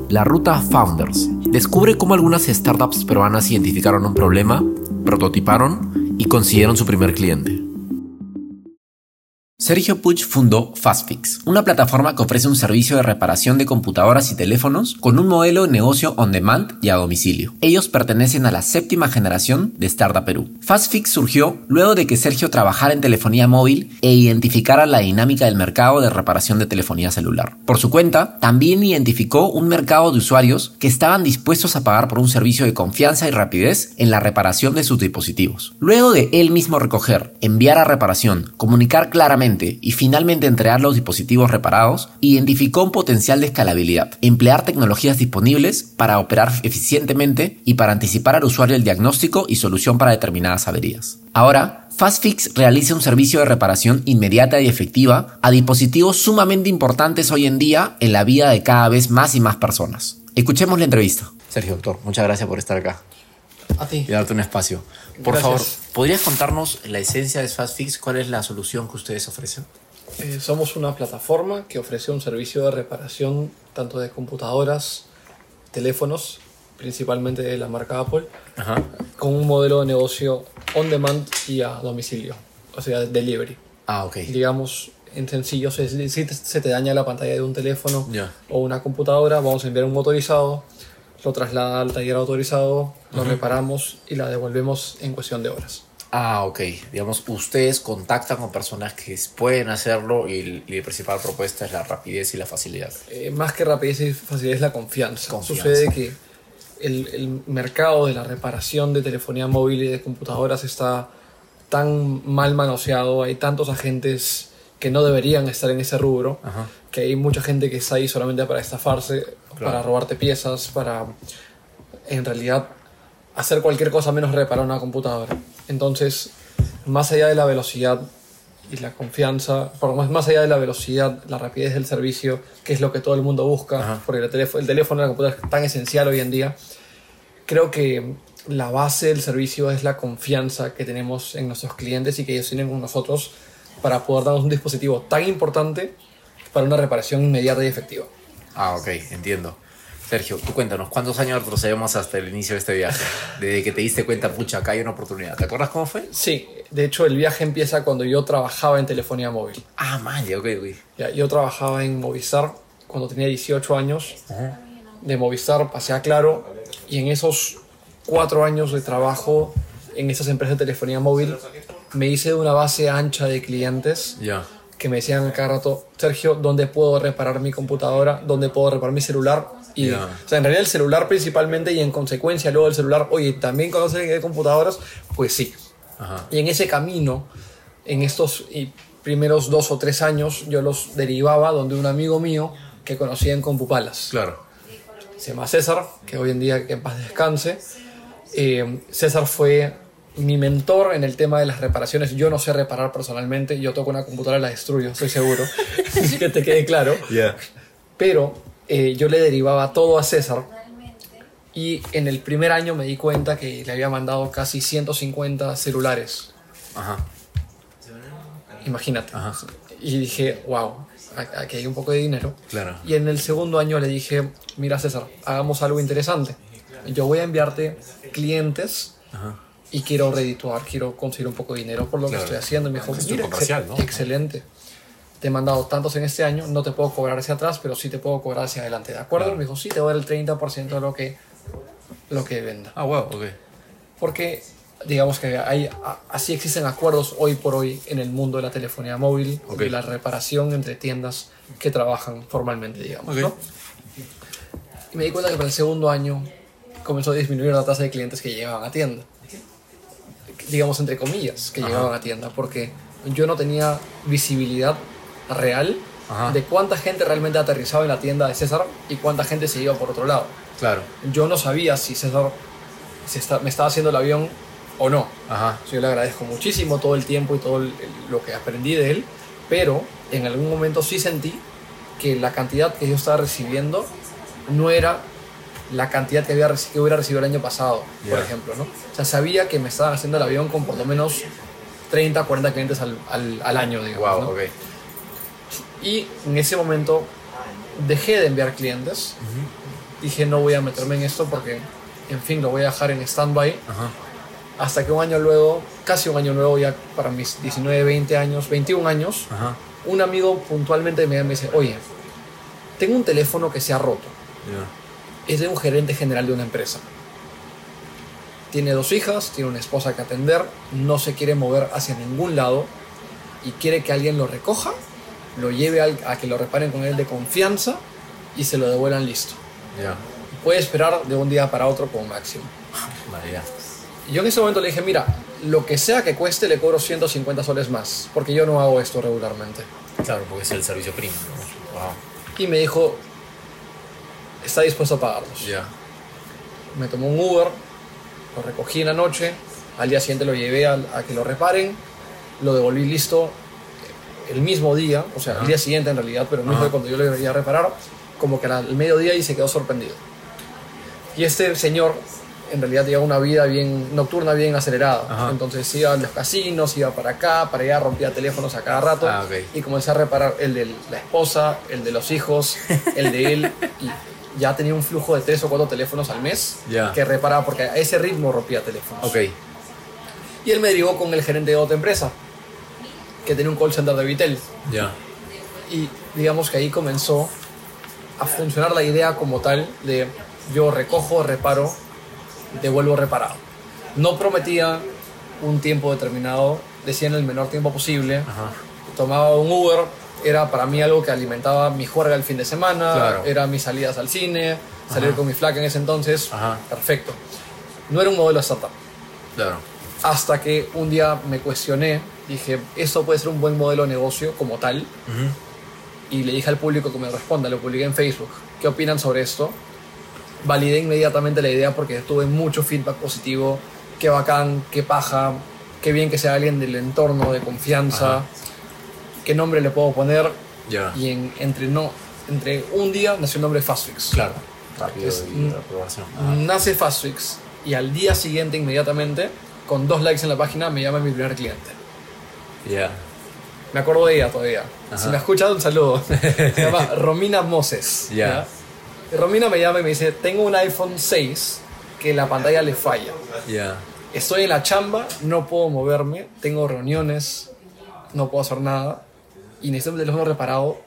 La Ruta Founders. Descubre cómo algunas startups peruanas identificaron un problema, prototiparon y consiguieron su primer cliente. Sergio Puig fundó FastFix, una plataforma que ofrece un servicio de reparación de computadoras y teléfonos con un modelo de negocio on demand y a domicilio. Ellos pertenecen a la 7ª generación de Startup Perú. FastFix surgió luego de que Sergio trabajara en telefonía móvil e identificara la dinámica del mercado de reparación de telefonía celular. Por su cuenta, también identificó un mercado de usuarios que estaban dispuestos a pagar por un servicio de confianza y rapidez en la reparación de sus dispositivos. Luego de él mismo recoger, enviar a reparación, comunicar claramente y finalmente entregar los dispositivos reparados, identificó un potencial de escalabilidad, emplear tecnologías disponibles para operar eficientemente y para anticipar al usuario el diagnóstico y solución para determinadas averías. Ahora, FastFix realiza un servicio de reparación inmediata y efectiva a dispositivos sumamente importantes hoy en día en la vida de cada vez más y más personas. Escuchemos la entrevista. Sergio, doctor, muchas gracias por estar acá. A ti. Y darte un espacio. Por Gracias. favor, ¿podrías contarnos la esencia de FastFix? ¿Cuál es la solución que ustedes ofrecen? Somos una plataforma que ofrece un servicio de reparación tanto de computadoras, teléfonos, principalmente de la marca Apple, con un modelo de negocio on demand y a domicilio, o sea, delivery. Ah, ok. Digamos, en sencillo, si se te daña la pantalla de un teléfono Ya. o una computadora, vamos a enviar un motorizado, lo traslada al taller autorizado, lo reparamos y la devolvemos en cuestión de horas. Ah, ok. Digamos, ustedes contactan con personas que pueden hacerlo y la principal propuesta es la rapidez y la facilidad. Más que rapidez y facilidad es la confianza. Confianza. Sucede que el mercado de la reparación de telefonía móvil y de computadoras está tan mal manoseado, hay tantos agentes que no deberían estar en ese rubro, que hay mucha gente que está ahí solamente para estafarse, para robarte piezas, para en realidad hacer cualquier cosa menos reparar una computadora. Entonces, más allá de la velocidad y la confianza, más allá de la velocidad, la rapidez del servicio, que es lo que todo el mundo busca, porque el teléfono y la computadora es tan esencial hoy en día, creo que la base del servicio es la confianza que tenemos en nuestros clientes y que ellos tienen con nosotros para poder darnos un dispositivo tan importante para una reparación inmediata y efectiva. Ah, ok, entiendo. Sergio, tú cuéntanos, ¿cuántos años retrocedemos hasta el inicio de este viaje? Desde que te diste cuenta, pucha, acá hay una oportunidad. ¿Te acuerdas cómo fue? Sí, de hecho el viaje empieza cuando yo trabajaba en telefonía móvil. Ah, man, ya, ok. Ya, yo trabajaba en Movistar cuando tenía 18 años. De Movistar pasé a Claro y en esos 4 años de trabajo en esas empresas de telefonía móvil me hice de una base ancha de clientes que me decían cada rato: Sergio, ¿dónde puedo reparar mi computadora? ¿Dónde puedo reparar mi celular? Y, o sea, en realidad el celular principalmente y en consecuencia luego el celular, oye, ¿también conoces de computadoras? Pues sí. Y en ese camino, en estos primeros 2 o 3 años, yo los derivaba donde un amigo mío que conocía en Compupalas. Claro. Se llama César, que hoy en día que en paz descanse. César fue mi mentor en el tema de las reparaciones. Yo no sé reparar personalmente, yo toco una computadora y la destruyo, estoy seguro. Así que te quede claro. Pero yo le derivaba todo a César y en el primer año me di cuenta que le había mandado casi 150 celulares. Imagínate. Y dije, wow, aquí hay un poco de dinero. Claro. Y en el segundo año le dije: mira, César, hagamos algo interesante. Yo voy a enviarte clientes y quiero redituar, quiero conseguir un poco de dinero por lo que estoy haciendo. Y me dijo: mira, comercial, ¿no? Excelente. Te he mandado tantos en este año, no te puedo cobrar hacia atrás, pero sí te puedo cobrar hacia adelante, ¿de acuerdo? Me dijo: sí, te voy a dar el 30% de lo que venda. Ah, wow, ok. Porque digamos que así existen acuerdos hoy por hoy en el mundo de la telefonía móvil, de la reparación entre tiendas que trabajan formalmente, digamos, ¿no? Y me di cuenta que para el segundo año comenzó a disminuir la tasa de clientes que llegaban a tienda. Digamos, entre comillas, que llegaban a tienda, porque yo no tenía visibilidad real de cuánta gente realmente aterrizaba en la tienda de César y cuánta gente se iba por otro lado. Claro. Yo no sabía si César me estaba haciendo el avión o no. Yo le agradezco muchísimo todo el tiempo y todo lo que aprendí de él, pero en algún momento sí sentí que la cantidad que yo estaba recibiendo no era la cantidad que hubiera recibido el año pasado, por ejemplo, ¿no? O sea, sabía que me estaban haciendo el avión con por lo menos 30, 40 clientes al año, digamos, ¿no? Y en ese momento dejé de enviar clientes dije no voy a meterme en esto porque, en fin, lo voy a dejar en stand-by. Ajá. Hasta que un año luego, casi un año luego, ya para mis 19, 20 años, 21 años, Ajá. un amigo puntualmente me dice, oye, tengo un teléfono que se ha roto. Ya. Es de un gerente general de una empresa. Tiene 2 hijas, tiene una esposa que atender, no se quiere mover hacia ningún lado y quiere que alguien lo recoja, lo lleve a que lo reparen con él de confianza y se lo devuelvan listo. Ya. Puede esperar de un día para otro como máximo. Vale, Y yo en ese momento le dije, mira, lo que sea que cueste le cobro 150 soles más, porque yo no hago esto regularmente. claro, porque es el servicio premium, ¿no? Wow. Y me dijo, está dispuesto a pagarlos. Ya. Me tomó un Uber, lo recogí en la noche, al día siguiente lo llevé a que lo reparen, lo devolví listo el mismo día, o sea, el día siguiente en realidad, pero el mismo día cuando yo lo iba a reparar, como que al mediodía y se quedó sorprendido. Y este señor en realidad lleva una vida bien nocturna, bien acelerada. Ajá. Entonces iba a los casinos, iba para acá, para allá, rompía teléfonos a cada rato. Ah, ok. Y comencé a reparar el de la esposa, el de los hijos, el de él. Y ya tenía un flujo de 3 o 4 teléfonos al mes Ya. que reparaba, porque a ese ritmo rompía teléfonos. Ok. Y él me derivó con el gerente de otra empresa, que tenía un call center de Vitel. Ya. Y digamos que ahí comenzó a funcionar la idea como tal de yo recojo, reparo, devuelvo reparado. No prometía un tiempo determinado, decía en el menor tiempo posible. Ajá. Tomaba un Uber, era para mí algo que alimentaba mi juerga el fin de semana, Claro. era mis salidas al cine, salir con mi flaca en ese entonces. Ajá. Perfecto. No era un modelo startup. Claro. Hasta que un día me cuestioné, dije, esto puede ser un buen modelo de negocio como tal. Y le dije al público que me responda, lo publiqué en Facebook. ¿Qué opinan sobre esto? Validé inmediatamente la idea porque tuve mucho feedback positivo. Qué bacán, qué paja, qué bien que sea alguien del entorno, de confianza. Ajá. ¿Qué nombre le puedo poner? Ya. Y entre un día nació el nombre Fastfix. Claro. Rápido Es- y la aprobación. Nace Fastfix y al día siguiente inmediatamente, con 2 likes en la página, me llama mi primer cliente. Ya. Me acuerdo de ella todavía. Ajá. Si me ha escuchado, un saludo. Se llama Romina Moses. Ya. Y Romina me llama y me dice, tengo un iPhone 6 que la pantalla le falla. Ya. Estoy en la chamba, no puedo moverme, tengo reuniones, no puedo hacer nada. Y necesito el teléfono reparado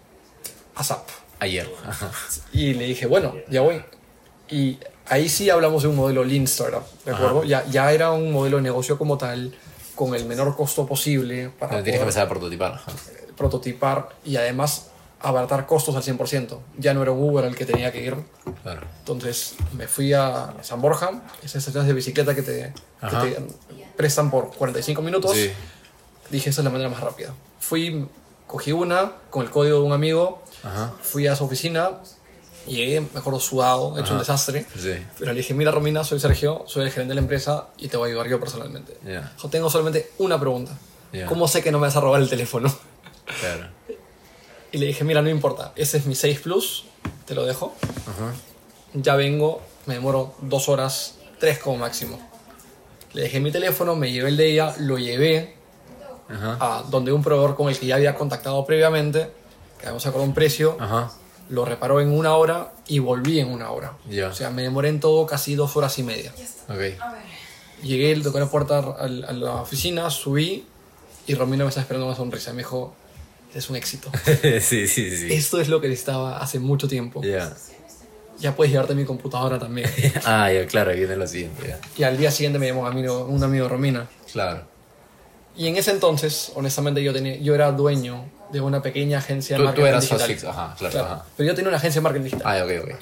ASAP. Ayer. Ajá. Y le dije, bueno, ya voy. Y ahí sí hablamos de un modelo Lean Startup, ¿de acuerdo? Ya era un modelo de negocio como tal, con el menor costo posible para Pero tienes que poder empezar a prototipar. Ajá. prototipar y además abaratar costos al 100%. Ya no era un Uber al que tenía que ir. Claro. Entonces me fui a San Borja, esas estaciones de bicicleta que te Ajá. prestan por 45 minutos. Sí. Dije, esa es la manera más rápida. Fui, cogí una con el código de un amigo, Ajá. fui a su oficina, llegué, me acuerdo, sudado, hecho un desastre. Sí. Pero le dije, mira Romina, soy Sergio, soy el gerente de la empresa y te voy a ayudar yo personalmente. Ya. Yo tengo solamente una pregunta. Ya. ¿Cómo sé que no me vas a robar el teléfono? Claro. Y le dije, mira, no importa, ese es mi 6 Plus, te lo dejo. Ajá. Ya vengo, me demoro 2 horas, 3 como máximo. Le dejé mi teléfono, me llevé el de ella, lo llevé Ajá. a donde un proveedor con el que ya había contactado previamente, que habíamos sacado un precio, Ajá. lo reparó en 1 hora y volví en 1 hora. Ya. O sea, me demoré en todo casi 2 horas y media. Ok. Llegué, toqué la puerta a la oficina, subí y Romina me estaba esperando una sonrisa. Me dijo, es un éxito. Sí, sí, sí. Esto es lo que necesitaba hace mucho tiempo. Ya. Ya puedes llevarte mi computadora también. Ah, ya, claro, ahí viene lo siguiente. Ya. Y al día siguiente me llamó un amigo de Romina. Claro. Y en ese entonces, honestamente, yo era dueño de una pequeña agencia de Tú marketing eras digital. Fastfix, ajá, claro. Claro. Ajá. Pero yo tenía una agencia de marketing digital. Ah, ok, ok.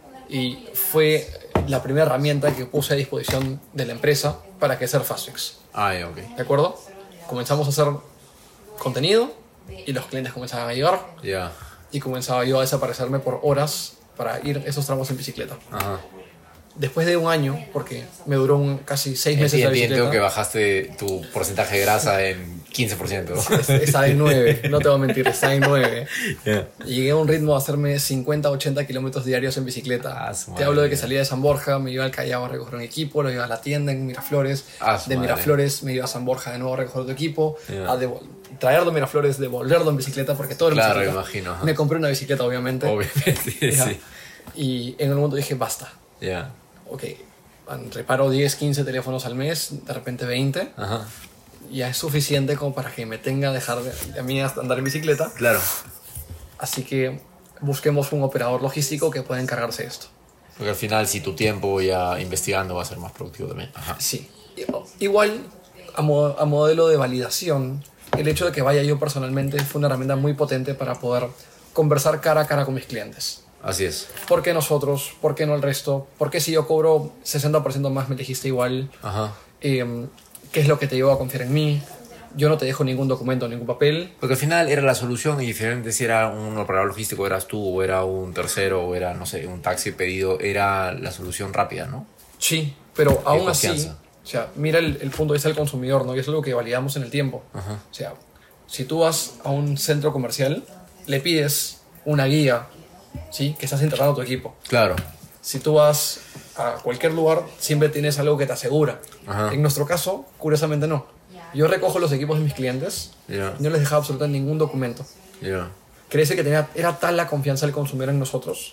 Y fue la primera herramienta que puse a disposición de la empresa para crecer Fastfix. Ah, ya, ok. ¿De acuerdo? Comenzamos a hacer contenido y los clientes comenzaban a llegar Ya. y comenzaba yo a desaparecerme por horas para ir esos tramos en bicicleta. Ajá. Después de un año, porque me duró casi 6 meses la Entiendo bicicleta, que bajaste tu porcentaje de grasa en 15%. está en 9, no te voy a mentir, está en 9. Ya. Llegué a un ritmo de hacerme 50, 80 kilómetros diarios en bicicleta. Ah, su Te hablo de que madre. salía de San Borja, me iba al Callao a recoger un equipo, lo iba a la tienda en Miraflores. Ah, su De madre. Miraflores me iba a San Borja de nuevo a recoger otro equipo, Ya. a traerlo a Miraflores, devolverlo en bicicleta, porque todo era en Claro, bicicleta. imagino, ajá. Me compré una bicicleta, obviamente. Obviamente, Ya. sí. Y en algún momento dije, basta. Ya. Ok, reparo 10, 15 teléfonos al mes, de repente 20. Ajá. Ya es suficiente como para que me tenga dejar de a mí andar en bicicleta. Claro. Así que busquemos un operador logístico que pueda encargarse de esto. Porque al final, si tu tiempo ya investigando va a ser más productivo también. Ajá. Sí. Igual, a modelo de validación, el hecho de que vaya yo personalmente fue una herramienta muy potente para poder conversar cara a cara con mis clientes. Así es. ¿Por qué nosotros? ¿Por qué no el resto? ¿Por qué si yo cobro 60% más me elegiste igual? Ajá. ¿Qué es lo que te llevó a confiar en mí? Yo no te dejo ningún documento, ningún papel. Porque al final era la solución y diferente si era un operador logístico, eras tú, o era un tercero, o era, no sé, un taxi pedido, era la solución rápida, ¿no? Sí, pero aún confianza. así, o sea, mira el punto de vista del consumidor, ¿no? Y es algo que validamos en el tiempo. Ajá. O sea, si tú vas a un centro comercial, le pides una guía, ¿sí? Que estás integrando a tu equipo. Claro. Si tú vas a cualquier lugar, siempre tienes algo que te asegura. Ajá. En nuestro caso, curiosamente no. Yo recojo los equipos de mis clientes Ya. y no les dejaba absolutamente ningún documento. Ya. Crece que era tal la confianza del consumidor en nosotros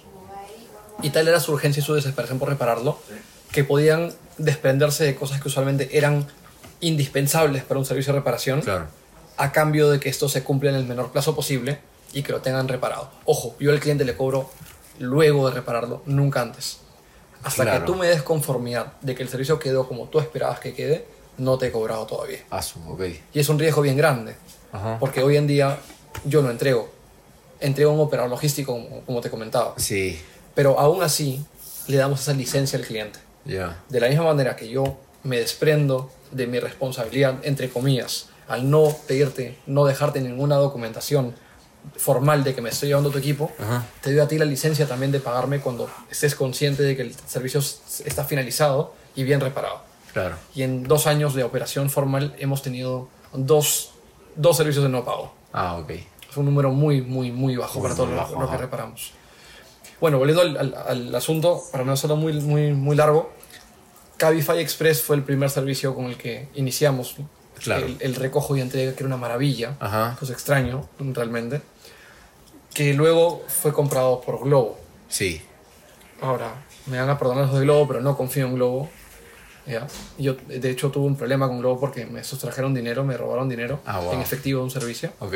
y tal era su urgencia y su desesperación por repararlo que podían desprenderse de cosas que usualmente eran indispensables para un servicio de reparación, Claro. a cambio de que esto se cumpla en el menor plazo posible y que lo tengan reparado. Ojo, yo al cliente le cobro luego de repararlo, nunca antes. Hasta Claro. que tú me des conformidad de que el servicio quedó como tú esperabas que quede, no te he cobrado todavía. Ok. Y es un riesgo bien grande, Ajá. porque hoy en día yo no entrego. Entrego a un operador logístico, como te comentaba. Sí. Pero aún así, le damos esa licencia al cliente. Ya. De la misma manera que yo me desprendo de mi responsabilidad, entre comillas, al no pedirte, no dejarte ninguna documentación formal de que me estoy llevando tu equipo, Ajá. te doy a ti la licencia también de pagarme cuando estés consciente de que el servicio está finalizado y bien reparado. Claro. Y en 2 años de operación formal hemos tenido dos servicios de no pago. Ok. Es un número muy, muy, muy bajo para todo muy lo bajo, que ajá. reparamos. Bueno, volviendo al asunto, para no hacerlo muy, muy, muy largo, Cabify Express fue el primer servicio con el que iniciamos. Claro. El recojo y entrega, que era una maravilla, Ajá. cosa extraño, realmente, que luego fue comprado por Globo. Sí. Ahora, me van a perdonar los de Globo, pero no confío en Globo. ¿Ya? Yo, de hecho, tuve un problema con Globo porque me sustrajeron dinero, me robaron dinero Wow. en efectivo de un servicio. Ok.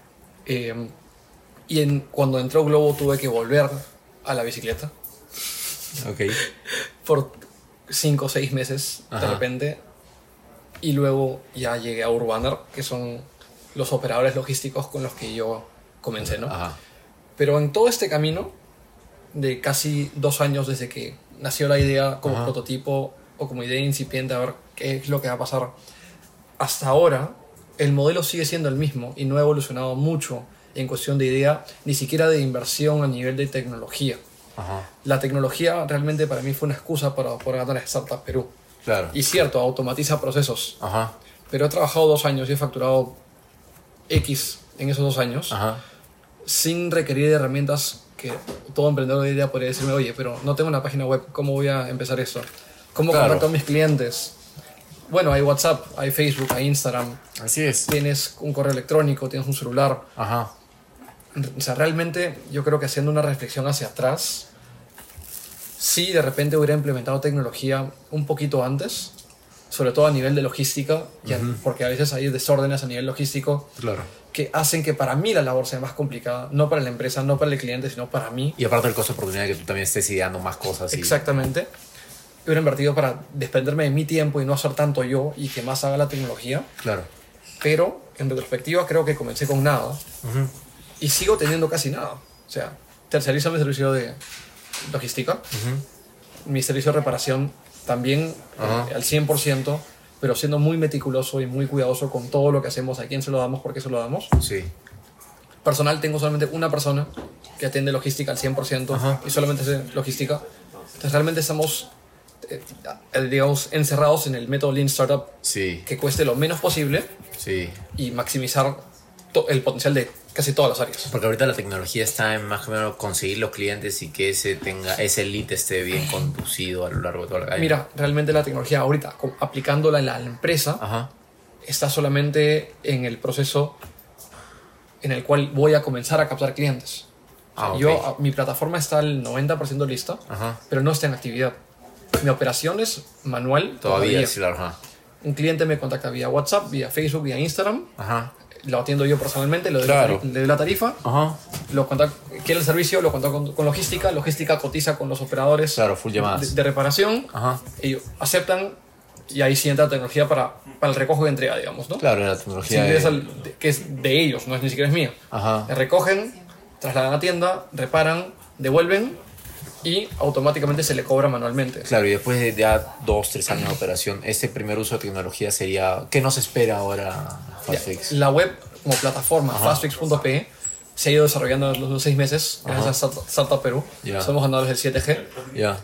Y cuando entró Globo tuve que volver a la bicicleta Ok. por 5 o 6 meses de Ajá. repente. Y luego ya llegué a Urbaner, que son los operadores logísticos con los que yo comencé, ¿no? Ajá. Pero en todo este camino de casi 2 años desde que nació la idea como Ajá. prototipo o como idea incipiente a ver qué es lo que va a pasar, hasta ahora el modelo sigue siendo el mismo y no ha evolucionado mucho en cuestión de idea, ni siquiera de inversión a nivel de tecnología. Ajá. La tecnología realmente para mí fue una excusa para poder ganar Startup Perú. Claro. Y cierto, automatiza procesos, Ajá. pero he trabajado 2 años y he facturado X en esos 2 años Ajá. sin requerir de herramientas que todo emprendedor de idea podría decirme, oye, pero no tengo una página web, ¿cómo voy a empezar esto? ¿Cómo Claro. contacto a mis clientes? Bueno, hay WhatsApp, hay Facebook, hay Instagram, Así es. tienes un correo electrónico, tienes un celular. Ajá. O sea, realmente yo creo que haciendo una reflexión hacia atrás, sí de repente hubiera implementado tecnología un poquito antes, sobre todo a nivel de logística, porque a veces hay desórdenes a nivel logístico Claro. que hacen que para mí la labor sea más complicada, no para la empresa, no para el cliente, sino para mí. Y aparte el costo de oportunidad de que tú también estés ideando más cosas. Exactamente. Hubiera invertido para desprenderme de mi tiempo y no hacer tanto yo y que más haga la tecnología. Claro. Pero en retrospectiva creo que comencé con nada y sigo teniendo casi nada. O sea, tercerizo mi servicio de logística, mi servicio de reparación también al 100%, pero siendo muy meticuloso y muy cuidadoso con todo lo que hacemos, a quién se lo damos, por qué se lo damos. Sí. Personal, tengo solamente una persona que atiende logística al 100% y solamente hace logística. Entonces realmente estamos, digamos, encerrados en el método Lean Startup, Sí. que cueste lo menos posible Sí. y maximizar el potencial de casi todas las áreas. Porque ahorita la tecnología está en más o menos conseguir los clientes y que ese lead esté bien conducido a lo largo de toda la calle. Mira, realmente la tecnología ahorita, aplicándola en la empresa, Ajá. está solamente en el proceso en el cual voy a comenzar a captar clientes. Ah, ok. Mi plataforma está al 90% lista, Ajá. pero no está en actividad. Mi operación es manual Todavía, sí, claro. Ajá. Un cliente me contacta vía WhatsApp, vía Facebook, vía Instagram. Ajá. Lo atiendo yo personalmente, Claro. le doy la tarifa. Ajá. Quiere el servicio, lo contacto con logística. Logística cotiza con los operadores Claro, full llamadas. de reparación. Ajá. Ellos aceptan y ahí sí entra la tecnología para el recojo y entrega, digamos, ¿no? Claro, la Sí, tecnología que es de ellos, no es ni siquiera es mía. Ajá. Recogen, trasladan a tienda, reparan, devuelven y automáticamente se le cobra manualmente. Claro, y después de ya 2-3 años de operación, este primer uso de tecnología sería... ¿Qué nos espera ahora FastFix? La web como plataforma, fastfix.pe, se ha ido desarrollando en los 6 meses gracias a Startup Perú. Ya. Somos ganadores del 7G. Ya.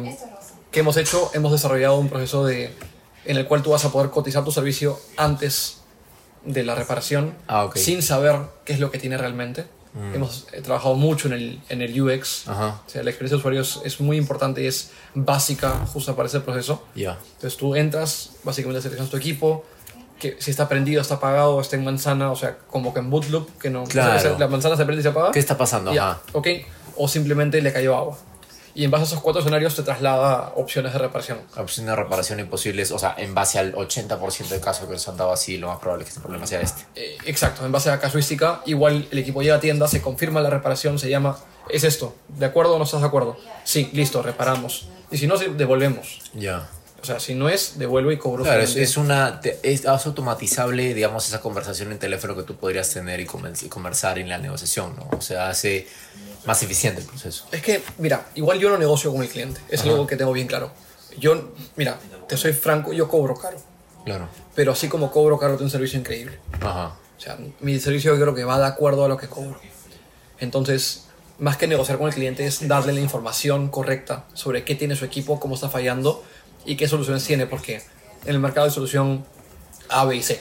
¿Qué hemos hecho? Hemos desarrollado un proceso en el cual tú vas a poder cotizar tu servicio antes de la reparación, Ok. sin saber qué es lo que tiene realmente. Hemos trabajado mucho en el UX. Ajá. O sea, la experiencia de usuario es muy importante y es básica justo para ese proceso. Ya. Entonces tú entras, básicamente seleccionas tu equipo, que si está prendido, está apagado, está en manzana, o sea, como que en boot loop, que no... Claro. o sea, la manzana se prende y se apaga. ¿Qué está pasando? Ya, Ajá. ok. O simplemente le cayó agua. Y en base a esos 4 escenarios te traslada opciones de reparación. Opciones de reparación imposibles, o sea, en base al 80% de casos que se han dado así, lo más probable es que este problema sea este. Exacto, en base a casuística, igual el equipo llega a tienda, se confirma la reparación, se llama, ¿es esto? ¿De acuerdo o no estás de acuerdo? Sí, listo, reparamos. Y si no, sí, devolvemos. Ya. O sea, si no es, devuelvo y cobro. Claro, solamente. es automatizable, digamos, esa conversación en teléfono que tú podrías tener y conversar en la negociación, ¿no? O sea, hace más eficiente el proceso. Es que, mira, igual yo no negocio con el cliente, es algo que tengo bien claro. Yo, mira, te soy franco, yo cobro caro. Claro. Pero así como cobro caro, tengo un servicio increíble. Ajá. O sea, mi servicio yo creo que va de acuerdo a lo que cobro. Entonces, más que negociar con el cliente es darle la información correcta sobre qué tiene su equipo, cómo está fallando y qué soluciones tiene, porque en el mercado hay solución A, B y C.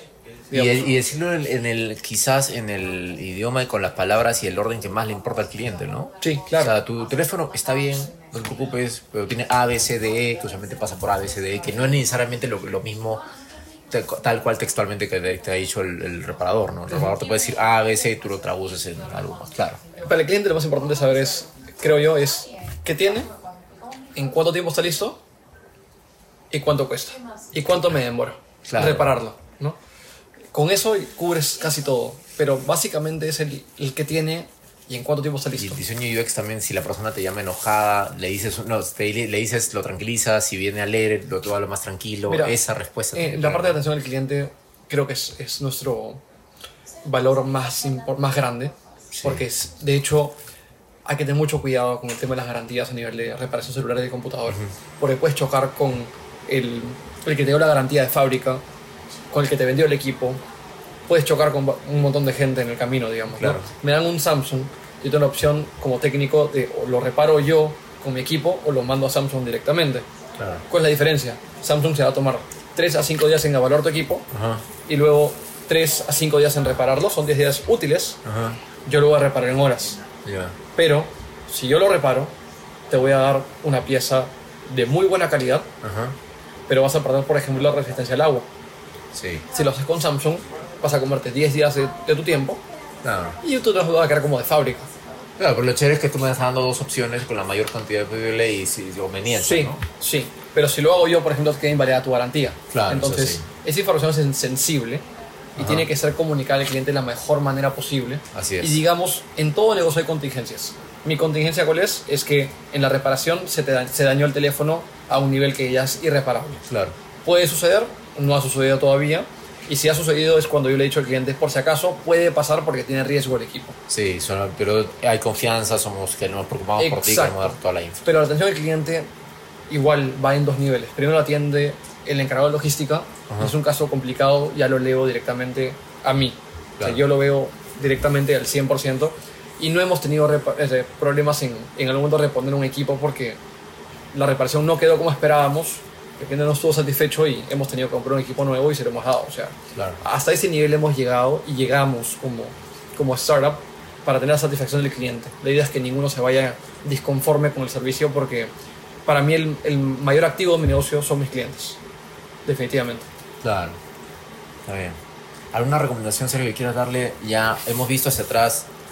Y decirlo quizás en el idioma y con las palabras y el orden que más le importa al cliente, ¿no? Sí, claro. O sea, tu teléfono está bien, no te preocupes, pero tiene A, B, C, D, E, que usualmente pasa por A, B, C, D, E, que no es necesariamente lo mismo tal cual textualmente que te ha dicho el reparador, ¿no? El reparador te puede decir A, B, C y tú lo traduces en algo más claro. Para el cliente lo más importante saber es, creo yo, es qué tiene, en cuánto tiempo está listo y cuánto cuesta y cuánto me demora repararlo, ¿no? Con eso cubres casi todo, pero básicamente es el que tiene y en cuánto tiempo está Y listo. el diseño UX también, si la persona te llama enojada, le dices, le dices, lo tranquilizas, si viene alegre, lo va lo más tranquilo. Mira, esa respuesta. la parte de atención al cliente creo que es nuestro valor más grande, Sí. porque de hecho hay que tener mucho cuidado con el tema de las garantías a nivel de reparación celular de computador, porque puedes chocar con el que te dio la garantía de fábrica, con el que te vendió el equipo, puedes chocar con un montón de gente en el camino, digamos. Claro. ¿no? Me dan un Samsung, yo tengo la opción como técnico de o lo reparo yo con mi equipo o lo mando a Samsung directamente. Claro. ¿Cuál es la diferencia? Samsung se va a tomar 3 a 5 días en evaluar tu equipo Ajá. y luego 3 a 5 días en repararlo, son 10 días útiles, Ajá. yo lo voy a reparar en horas. Ya. Pero si yo lo reparo, te voy a dar una pieza de muy buena calidad, Ajá. pero vas a perder, por ejemplo, la resistencia al agua. Sí. Si lo haces con Samsung, vas a comerte 10 días de tu tiempo Claro. y tú te vas a quedar como de fábrica. Claro, pero lo chévere es que tú me estás dando 2 opciones con la mayor cantidad posible y conveniencia, Sí, ¿no? sí. Pero si lo hago yo, por ejemplo, te queda invalidada tu garantía. Claro, Entonces, eso esa información es sensible y tiene que ser comunicada al cliente de la mejor manera posible. Así es. Y digamos, en todo negocio hay contingencias. Mi contingencia, ¿cuál es? Es que en la reparación se dañó el teléfono a un nivel que ya es irreparable. Claro. Puede suceder, no ha sucedido todavía. Y si ha sucedido es cuando yo le he dicho al cliente, por si acaso, puede pasar porque tiene riesgo el equipo. Sí, pero hay confianza, que nos preocupamos por ti, queremos dar toda la info. Pero la atención al cliente igual va en 2 niveles. Primero lo atiende el encargado de logística. Es un caso complicado, ya lo leo directamente a mí. Claro. O sea, yo lo veo directamente al 100%. Y no hemos tenido problemas en algún momento de responder un equipo porque la reparación no quedó como esperábamos. El cliente no estuvo satisfecho y hemos tenido que comprar un equipo nuevo y se lo hemos dado. O sea, Claro. hasta ese nivel hemos llegado y llegamos como startup para tener la satisfacción del cliente. La idea es que ninguno se vaya disconforme con el servicio porque para mí el mayor activo de mi negocio son mis clientes. Definitivamente. Claro. Está bien. ¿Alguna recomendación, Sergio, que quieras darle? Ya hemos visto hacia atrás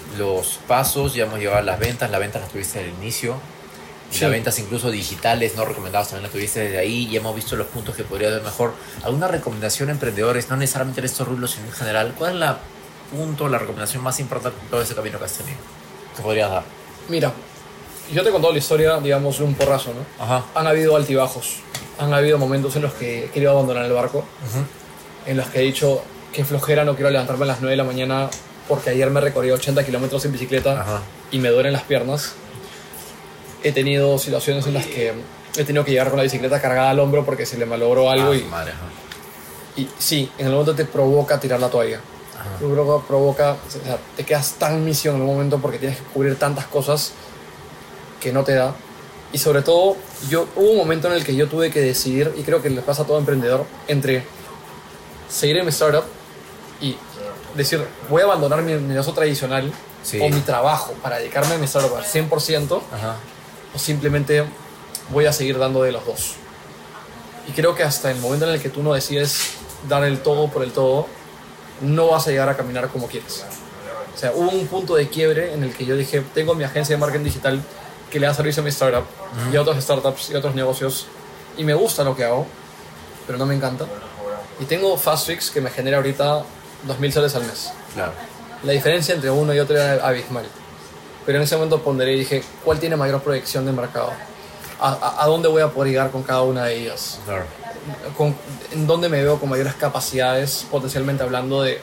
los pasos, ya hemos llegado a las ventas las tuviste al inicio. Sí. Las ventas incluso digitales, no recomendadas, también las tuviste desde ahí y hemos visto los puntos que podría ser mejor. ¿Alguna recomendación a emprendedores, no necesariamente en estos rubros, sino en general? ¿Cuál es la recomendación más importante en todo ese camino que has tenido? ¿Qué podrías dar? Mira, yo te he contado la historia, digamos, de un porrazo, ¿no? Ajá. Han habido altibajos, han habido momentos en los que he querido abandonar el barco, en los que he dicho, qué flojera, no quiero levantarme a las 9 de la mañana porque ayer me recorrí 80 kilómetros en bicicleta y me duelen las piernas. He tenido situaciones en las que he tenido que llegar con la bicicleta cargada al hombro porque se le malogró algo y sí, en el momento te provoca tirar la toalla. Provoca, o sea, te quedas tan misión en un momento porque tienes que cubrir tantas cosas que no te da. Y sobre todo, hubo un momento en el que yo tuve que decidir, y creo que le pasa a todo emprendedor, entre seguir en mi startup y decir, voy a abandonar mi negocio tradicional o mi trabajo para dedicarme a mi startup al 100%, o simplemente voy a seguir dando de los dos. Y creo que hasta el momento en el que tú no decides dar el todo por el todo, no vas a llegar a caminar como quieres. O sea, hubo un punto de quiebre en el que yo dije, tengo mi agencia de marketing digital que le da servicio a mi startup y a otras startups y a otros negocios, y me gusta lo que hago, pero no me encanta. Y tengo FastFix que me genera ahorita 2.000 soles al mes. Claro. La diferencia entre uno y otro era abismal. Pero en ese momento ponderé y dije, ¿cuál tiene mayor proyección de mercado? ¿A dónde voy a poder llegar con cada una de ellas? Claro. ¿En dónde me veo con mayores capacidades, potencialmente hablando de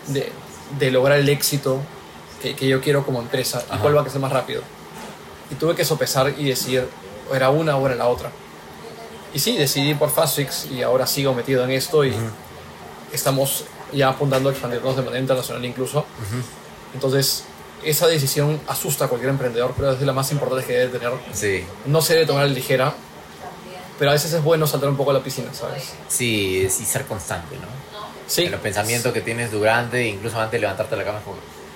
lograr el éxito que yo quiero como empresa? ¿Y cuál va a crecer más rápido? Y tuve que sopesar y decidir, o era una o era la otra. Y sí, decidí por FastFix y ahora sigo metido en esto y estamos ya apuntando a expandirnos de manera internacional incluso. Entonces, esa decisión asusta a cualquier emprendedor, pero es la más importante que debe tener. Sí. No se debe tomar ligera, pero a veces es bueno saltar un poco a la piscina, ¿sabes? Sí, y ser constante, ¿no? Sí. En los pensamientos que tienes durante, incluso antes de levantarte de la cama,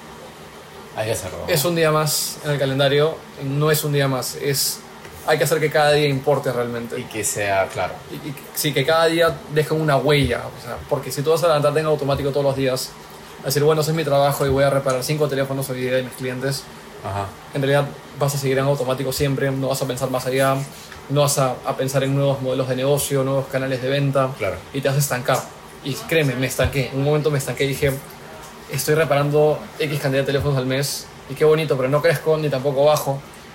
hay que hacerlo, ¿no? Es un día más en el calendario, no es un día más, hay que hacer que cada día importe realmente. Y que sea claro. Sí, que cada día deje una huella, o sea, porque si tú vas a levantarte en automático todos los días, a decir, bueno, ese es mi trabajo y voy a reparar 5 teléfonos hoy día de mis clientes, en realidad vas a seguir en automático siempre, no vas a pensar más allá, no vas a pensar en nuevos modelos de negocio, nuevos canales de venta, y te vas a estancar. Y créeme, me estanqué, en un momento me estanqué y dije, estoy reparando X cantidad de teléfonos al mes y qué bonito, pero no crezco ni tampoco bajo.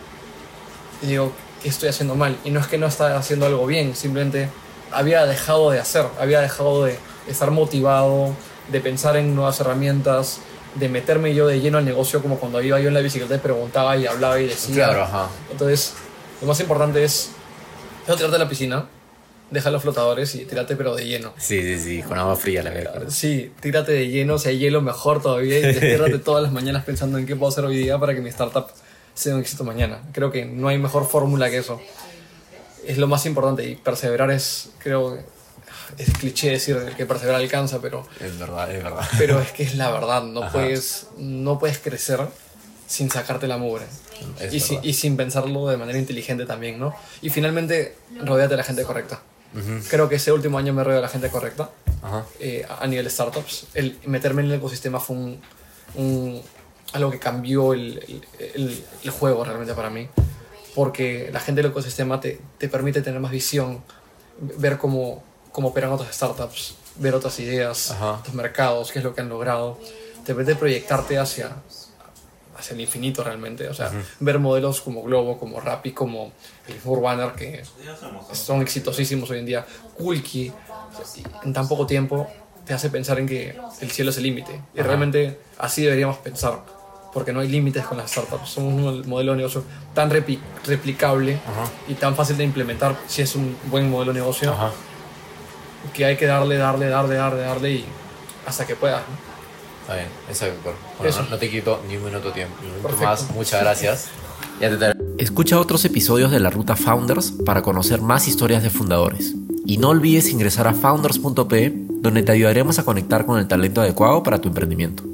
Y digo, ¿qué estoy haciendo mal? Y no es que no estaba haciendo algo bien, simplemente había dejado de hacer, había dejado de estar motivado, de pensar en nuevas herramientas, de meterme yo de lleno al negocio, como cuando iba yo en la bicicleta y preguntaba y hablaba y decía. Claro, Entonces, lo más importante es no tirarte a la piscina, deja los flotadores y tírate pero de lleno. Sí, con agua fría la verdad. Sí, tírate de lleno, si hay hielo mejor todavía, y despiértate todas las mañanas pensando en qué puedo hacer hoy día para que mi startup sea un éxito mañana. Creo que no hay mejor fórmula que eso. Es lo más importante, y perseverar es cliché decir que perseverar alcanza, pero es verdad. Pero es que es la verdad, no puedes crecer sin sacarte la mugre y sin pensarlo de manera inteligente también, ¿no? Y finalmente, rodéate de la gente correcta. Creo que ese último año me rodeé de la gente correcta a nivel de startups. El meterme en el ecosistema fue algo que cambió el juego realmente para mí, porque la gente del ecosistema te permite tener más visión, ver cómo operan otras startups, ver otras ideas, otros mercados, qué es lo que han logrado. Te permite proyectarte hacia el infinito realmente. O sea, ver modelos como Globo, como Rappi, como el mismo Urbaner, que son exitosísimos hoy en día. Kulki, en tan poco tiempo te hace pensar en que el cielo es el límite. Y realmente así deberíamos pensar, porque no hay límites con las startups. Somos un modelo de negocio tan replicable y tan fácil de implementar si es un buen modelo de negocio, que hay que darle y hasta que puedas, ¿no? Está bien, eso es bueno, no te quito ni un minuto tiempo. Un minuto más, muchas gracias. Escucha otros episodios de La Ruta Founders para conocer más historias de fundadores. Y no olvides ingresar a founders.pe, donde te ayudaremos a conectar con el talento adecuado para tu emprendimiento.